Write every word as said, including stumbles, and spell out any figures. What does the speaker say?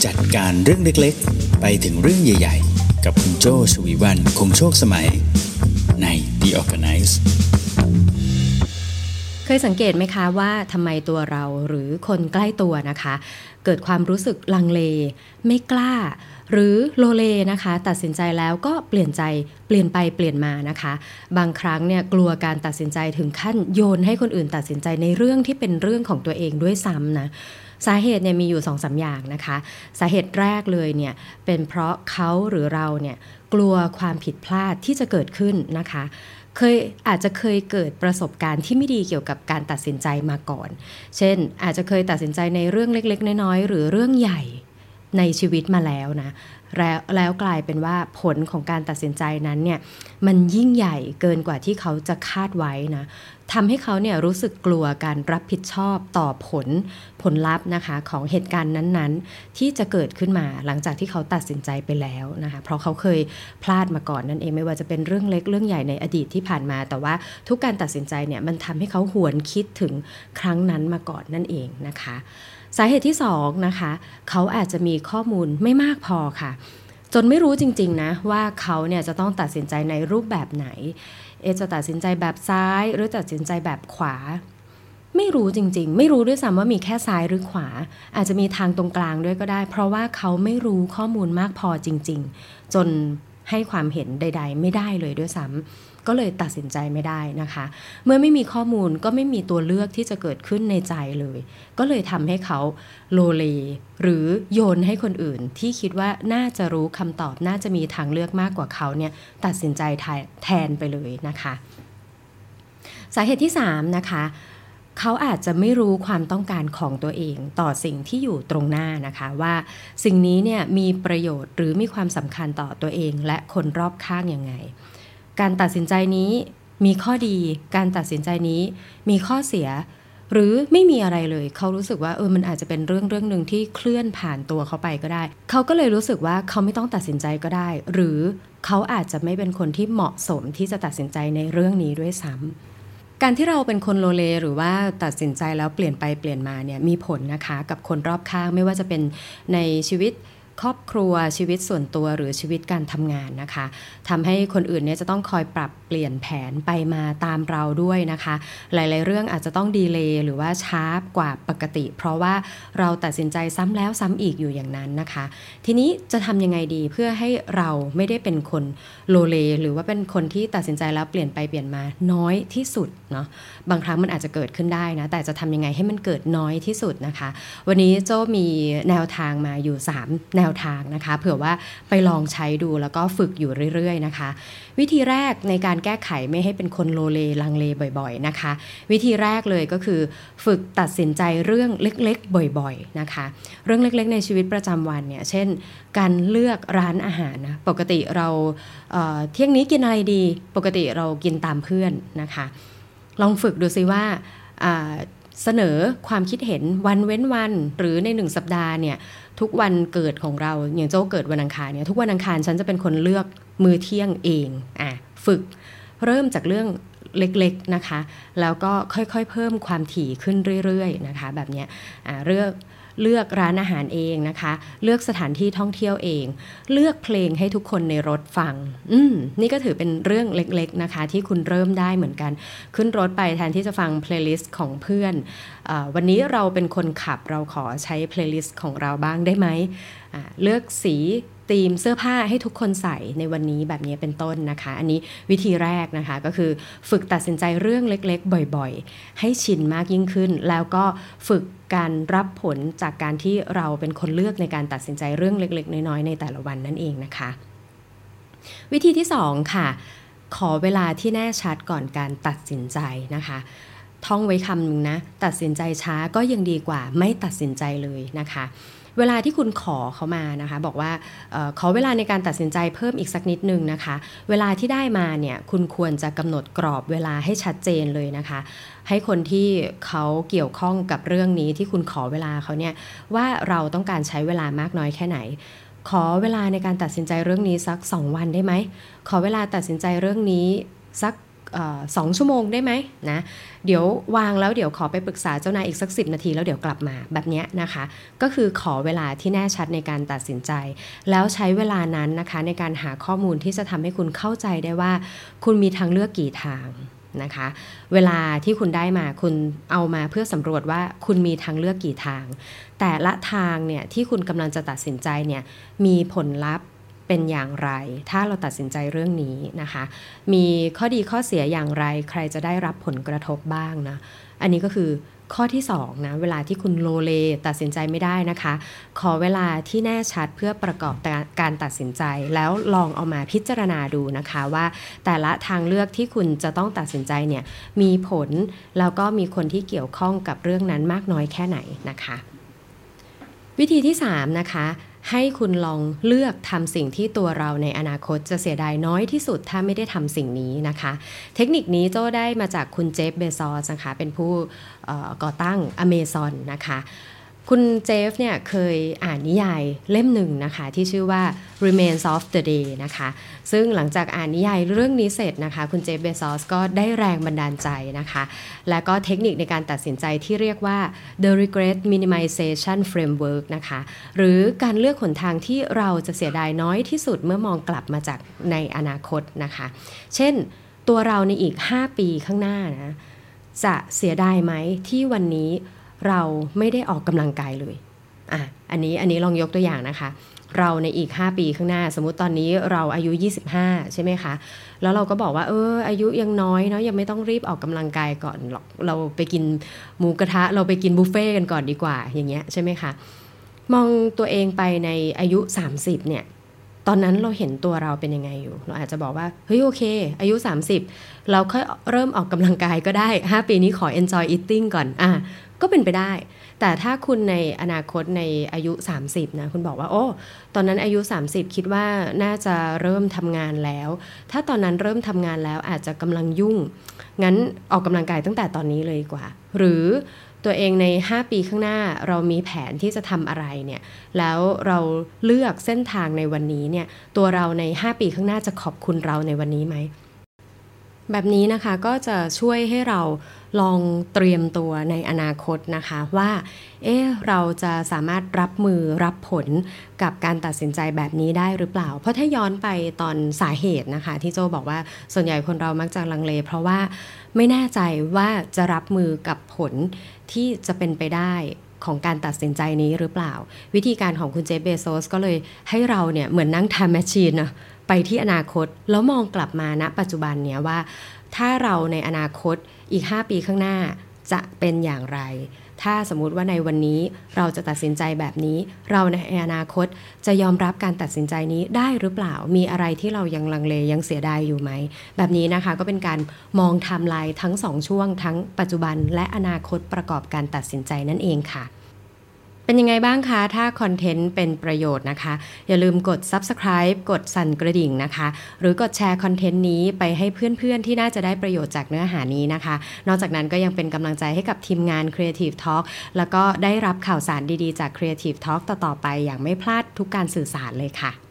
จัดการเรื่องเล็กๆไปถึงเรื่องใหญ่ๆกับคุณโจชวีวรรณคงโชคสมัยใน The Organize เคยสังเกตไหมคะว่าทำไมตัวเราหรือคนใกล้ตัวนะคะเกิดความรู้สึกลังเลไม่กล้าหรือโลเลนะคะตัดสินใจแล้วก็เปลี่ยนใจเปลี่ยนไปเปลี่ยนมานะคะบางครั้งเนี่ยกลัวการตัดสินใจถึงขั้นโยนให้คนอื่นตัดสินใจในเรื่องที่เป็นเรื่องของตัวเองด้วยซ้ำนะสาเหตุเนี่ยมีอยู่ สองถึงสาม อย่างนะคะสาเหตุแรกเลยเนี่ยเป็นเพราะเขาหรือเราเนี่ยกลัวความผิดพลาดที่จะเกิดขึ้นนะคะเคยอาจจะเคยเกิดประสบการณ์ที่ไม่ดีเกี่ยวกับการตัดสินใจมาก่อนเช่นอาจจะเคยตัดสินใจในเรื่องเล็กๆน้อยๆหรือเรื่องใหญ่ในชีวิตมาแล้วนะแล้วแล้วกลายเป็นว่าผลของการตัดสินใจนั้นเนี่ยมันยิ่งใหญ่เกินกว่าที่เขาจะคาดไว้นะทำให้เขาเนี่ยรู้สึกกลัวการรับผิดชอบต่อผลผลลัพธ์นะคะของเหตุการณ์นั้นๆที่จะเกิดขึ้นมาหลังจากที่เขาตัดสินใจไปแล้วนะคะเพราะเขาเคยพลาดมาก่อนนั่นเองไม่ว่าจะเป็นเรื่องเล็กเรื่องใหญ่ในอดีตที่ผ่านมาแต่ว่าทุกการตัดสินใจเนี่ยมันทำให้เขาหวนคิดถึงครั้งนั้นมาก่อนนั่นเองนะคะสาเหตุที่สองนะคะเขาอาจจะมีข้อมูลไม่มากพอค่ะจนไม่รู้จริงๆนะว่าเขาเนี่ยจะต้องตัดสินใจในรูปแบบไหนเอจะตัดสินใจแบบซ้ายหรือตัดสินใจแบบขวาไม่รู้จริงๆไม่รู้ด้วยซ้ำว่ามีแค่ซ้ายหรือขวาอาจจะมีทางตรงกลางด้วยก็ได้เพราะว่าเขาไม่รู้ข้อมูลมากพอจริงๆจนให้ความเห็นใดๆไม่ได้เลยด้วยซ้ำก็เลยตัดสินใจไม่ได้นะคะเมื่อไม่มีข้อมูลก็ไม่มีตัวเลือกที่จะเกิดขึ้นในใจเลยก็เลยทำให้เขาโลเลหรือโยนให้คนอื่นที่คิดว่าน่าจะรู้คำตอบน่าจะมีทางเลือกมากกว่าเขาเนี่ยตัดสินใจแทนไปเลยนะคะสาเหตุที่สามนะคะเขาอาจจะไม่รู้ความต้องการของตัวเองต่อสิ่งที่อยู่ตรงหน้านะคะว่าสิ่งนี้เนี่ยมีประโยชน์หรือมีความสำคัญต่อตัวเองและคนรอบข้างยังไงการตัดสินใจนี้มีข้อดีการตัดสินใจนี้มีข้อเสียหรือไม่มีอะไรเลยเขารู้สึกว่าเออมันอาจจะเป็นเรื่องเรื่องนึงที่เคลื่อนผ่านตัวเขาไปก็ได้เขาก็เลยรู้สึกว่าเขาไม่ต้องตัดสินใจก็ได้หรือเขาอาจจะไม่เป็นคนที่เหมาะสมที่จะตัดสินใจในเรื่องนี้ด้วยซ้ำการที่เราเป็นคนโลเลหรือว่าตัดสินใจแล้วเปลี่ยนไปเปลี่ยนมาเนี่ยมีผลนะคะกับคนรอบข้างไม่ว่าจะเป็นในชีวิตครอบครัวชีวิตส่วนตัวหรือชีวิตการทำงานนะคะทำให้คนอื่นเนี่ยจะต้องคอยปรับเปลี่ยนแผนไปมาตามเราด้วยนะคะหลายๆเรื่องอาจจะต้องดีเลย์หรือว่าช้ากว่าปกติเพราะว่าเราตัดสินใจซ้ำแล้วซ้ำอีกอยู่อย่างนั้นนะคะทีนี้จะทำยังไงดีเพื่อให้เราไม่ได้เป็นคนโลเลหรือว่าเป็นคนที่ตัดสินใจแล้วเปลี่ยนไปเปลี่ยนมาน้อยที่สุดเนาะบางครั้งมันอาจจะเกิดขึ้นได้นะแต่จะทำยังไงให้มันเกิดน้อยที่สุดนะคะวันนี้โจ้มีแนวทางมาอยู่สามแนวทางนะคะเผื่อว่าไปลองใช้ดูแล้วก็ฝึกอยู่เรื่อยๆนะคะวิธีแรกในการแก้ไขไม่ให้เป็นคนโลเลลังเลบ่อยๆนะคะวิธีแรกเลยก็คือฝึกตัดสินใจเรื่องเล็กๆบ่อยๆนะคะเรื่องเล็กๆในชีวิตประจำวันเนี่ยเช่นการเลือกร้านอาหารนะปกติเราเอ่อเที่ยงนี้กินอะไรดีปกติเรากินตามเพื่อนนะคะลองฝึกดูซิว่าอ่าเสนอความคิดเห็นวันเว้นวันหรือในหนึ่งสัปดาห์เนี่ยทุกวันเกิดของเราอย่างโจ้เกิดวันอังคารเนี่ยทุกวันอังคารฉันจะเป็นคนเลือกมื้อเที่ยงเองอ่ะฝึกเริ่มจากเรื่องเล็กๆนะคะแล้วก็ค่อยๆเพิ่มความถี่ขึ้นเรื่อยๆนะคะแบบเนี้ยอ่ะเลือกเลือกร้านอาหารเองนะคะเลือกสถานที่ท่องเที่ยวเองเลือกเพลงให้ทุกคนในรถฟังอืมนี่ก็ถือเป็นเรื่องเล็กๆนะคะที่คุณเริ่มได้เหมือนกันขึ้นรถไปแทนที่จะฟังเพลย์ลิสต์ของเพื่อนเอ่อวันนี้เราเป็นคนขับเราขอใช้เพลย์ลิสต์ของเราบ้างได้ไหมอ่าเลือกสีธีมเสื้อผ้าให้ทุกคนใส่ในวันนี้แบบนี้เป็นต้นนะคะอันนี้วิธีแรกนะคะก็คือฝึกตัดสินใจเรื่องเล็กๆบ่อยๆให้ชินมากยิ่งขึ้นแล้วก็ฝึกการรับผลจากการที่เราเป็นคนเลือกในการตัดสินใจเรื่องเล็กๆน้อยๆในแต่ละวันนั่นเองนะคะวิธีที่สองค่ะขอเวลาที่แน่ชัดก่อนการตัดสินใจนะคะท่องไว้คำนึงนะตัดสินใจช้าก็ยังดีกว่าไม่ตัดสินใจเลยนะคะเวลาที่คุณขอเขามานะคะบอกว่าเอ่อขอเวลาในการตัดสินใจเพิ่มอีกสักนิดนึงนะคะเวลาที่ได้มาเนี่ยคุณควรจะกำหนดกรอบเวลาให้ชัดเจนเลยนะคะให้คนที่เขาเกี่ยวข้องกับเรื่องนี้ที่คุณขอเวลาเขาเนี่ยว่าเราต้องการใช้เวลามากน้อยแค่ไหนขอเวลาในการตัดสินใจเรื่องนี้สักสองวันได้ไหมขอเวลาตัดสินใจเรื่องนี้สักเอ่อสองชั่วโมงได้ไหมนะเดี๋ยววางแล้วเดี๋ยวขอไปปรึกษาเจ้านายอีกสักสิบนาทีแล้วเดี๋ยวกลับมาแบบนี้นะคะก็คือขอเวลาที่แน่ชัดในการตัดสินใจแล้วใช้เวลานั้นนะคะในการหาข้อมูลที่จะทำให้คุณเข้าใจได้ว่าคุณมีทางเลือกกี่ทางนะคะเวลาที่คุณได้มาคุณเอามาเพื่อสำรวจว่าคุณมีทางเลือกกี่ทางแต่ละทางเนี่ยที่คุณกำลังจะตัดสินใจเนี่ยมีผลลัพธ์เป็นอย่างไรถ้าเราตัดสินใจเรื่องนี้นะคะมีข้อดีข้อเสียอย่างไรใครจะได้รับผลกระทบบ้างนะอันนี้ก็คือข้อที่สองนะเวลาที่คุณโลเลตัดสินใจไม่ได้นะคะขอเวลาที่แน่ชัดเพื่อประกอบการตัดสินใจแล้วลองเอามาพิจารณาดูนะคะว่าแต่ละทางเลือกที่คุณจะต้องตัดสินใจเนี่ยมีผลแล้วก็มีคนที่เกี่ยวข้องกับเรื่องนั้นมากน้อยแค่ไหนนะคะวิธีที่สามนะคะให้คุณลองเลือกทำสิ่งที่ตัวเราในอนาคตจะเสียดายน้อยที่สุดถ้าไม่ได้ทำสิ่งนี้นะคะเทคนิคนี้โจ้ได้มาจากคุณเจฟเบซอสนะคะเป็นผู้ก่อตั้ง Amazon นะคะคุณเจฟเนี่ยเคยอ่านนิยายเล่มหนึ่งนะคะที่ชื่อว่า Remains of the Day นะคะซึ่งหลังจากอ่านนิยายเรื่องนี้เสร็จนะคะคุณเจฟเบซอสก็ได้แรงบันดาลใจนะคะและก็เทคนิคในการตัดสินใจที่เรียกว่า The Regret Minimization Framework นะคะหรือการเลือกหนทางที่เราจะเสียดายน้อยที่สุดเมื่อมองกลับมาจากในอนาคตนะคะเช่นตัวเราในอีกห้าปีข้างหน้านะจะเสียดายไหมที่วันนี้เราไม่ได้ออกกำลังกายเลยอ่ะอันนี้อันนี้ลองยกตัวอย่างนะคะเราในอีกห้าปีข้างหน้าสมมุติตอนนี้เราอายุยี่สิบห้าใช่ไหมคะแล้วเราก็บอกว่าเอออายุยังน้อยเนาะยังไม่ต้องรีบออกกำลังกายก่อนหรอกเราไปกินหมูกระทะเราไปกินบุฟเฟ่กันก่อนดีกว่าอย่างเงี้ยใช่ไหมคะมองตัวเองไปในอายุสามสิบเนี่ยตอนนั้นเราเห็นตัวเราเป็นยังไงอยู่เราอาจจะบอกว่าเฮ้ยโอเคอายุสามสิบเราค่อยเริ่มออกกำลังกายก็ได้ห้าปีนี้ขอ enjoy eating ก่อนอ่ะก็เป็นไปได้แต่ถ้าคุณในอนาคตในอายุสามสิบนะคุณบอกว่าโอ้ตอนนั้นอายุสามสิบคิดว่าน่าจะเริ่มทำงานแล้วถ้าตอนนั้นเริ่มทำงานแล้วอาจจะกำลังยุ่งงั้นออกกำลังกายตั้งแต่ตอนนี้เลยดีกว่าหรือตัวเองในห้าปีข้างหน้าเรามีแผนที่จะทำอะไรเนี่ยแล้วเราเลือกเส้นทางในวันนี้เนี่ยตัวเราในห้าปีข้างหน้าจะขอบคุณเราในวันนี้ไหมแบบนี้นะคะก็จะช่วยให้เราลองเตรียมตัวในอนาคตนะคะว่าเอ๊ะเราจะสามารถรับมือรับผลกับการตัดสินใจแบบนี้ได้หรือเปล่าเพราะถ้าย้อนไปตอนสาเหตุนะคะที่โจบอกว่าส่วนใหญ่คนเรามักจะลังเลเพราะว่าไม่แน่ใจว่าจะรับมือกับผลที่จะเป็นไปได้ของการตัดสินใจนี้หรือเปล่าวิธีการของคุณเจฟเบโซสก็เลยให้เราเนี่ยเหมือนนั่งไทม์แมชชีนนะไปที่อนาคตแล้วมองกลับมาณปัจจุบันเนี้ยว่าถ้าเราในอนาคตอีกห้าปีข้างหน้าจะเป็นอย่างไรถ้าสมมุติว่าในวันนี้เราจะตัดสินใจแบบนี้เราในอนาคตจะยอมรับการตัดสินใจนี้ได้หรือเปล่ามีอะไรที่เรายังลังเลยังเสียดายอยู่ไหมแบบนี้นะคะก็เป็นการมองไทม์ไลน์ทั้งสองช่วงทั้งปัจจุบันและอนาคตประกอบการตัดสินใจนั่นเองค่ะเป็นยังไงบ้างคะถ้าคอนเทนต์เป็นประโยชน์นะคะอย่าลืมกด ซับสไครบ์ กดสั่นกระดิ่งนะคะหรือกดแชร์คอนเทนต์นี้ไปให้เพื่อนๆที่น่าจะได้ประโยชน์จากเนื้อหานี้นะคะนอกจากนั้นก็ยังเป็นกำลังใจให้กับทีมงาน Creative Talk แล้วก็ได้รับข่าวสารดีๆจาก Creative Talk ต่อๆไปอย่างไม่พลาดทุกการสื่อสารเลยค่ะ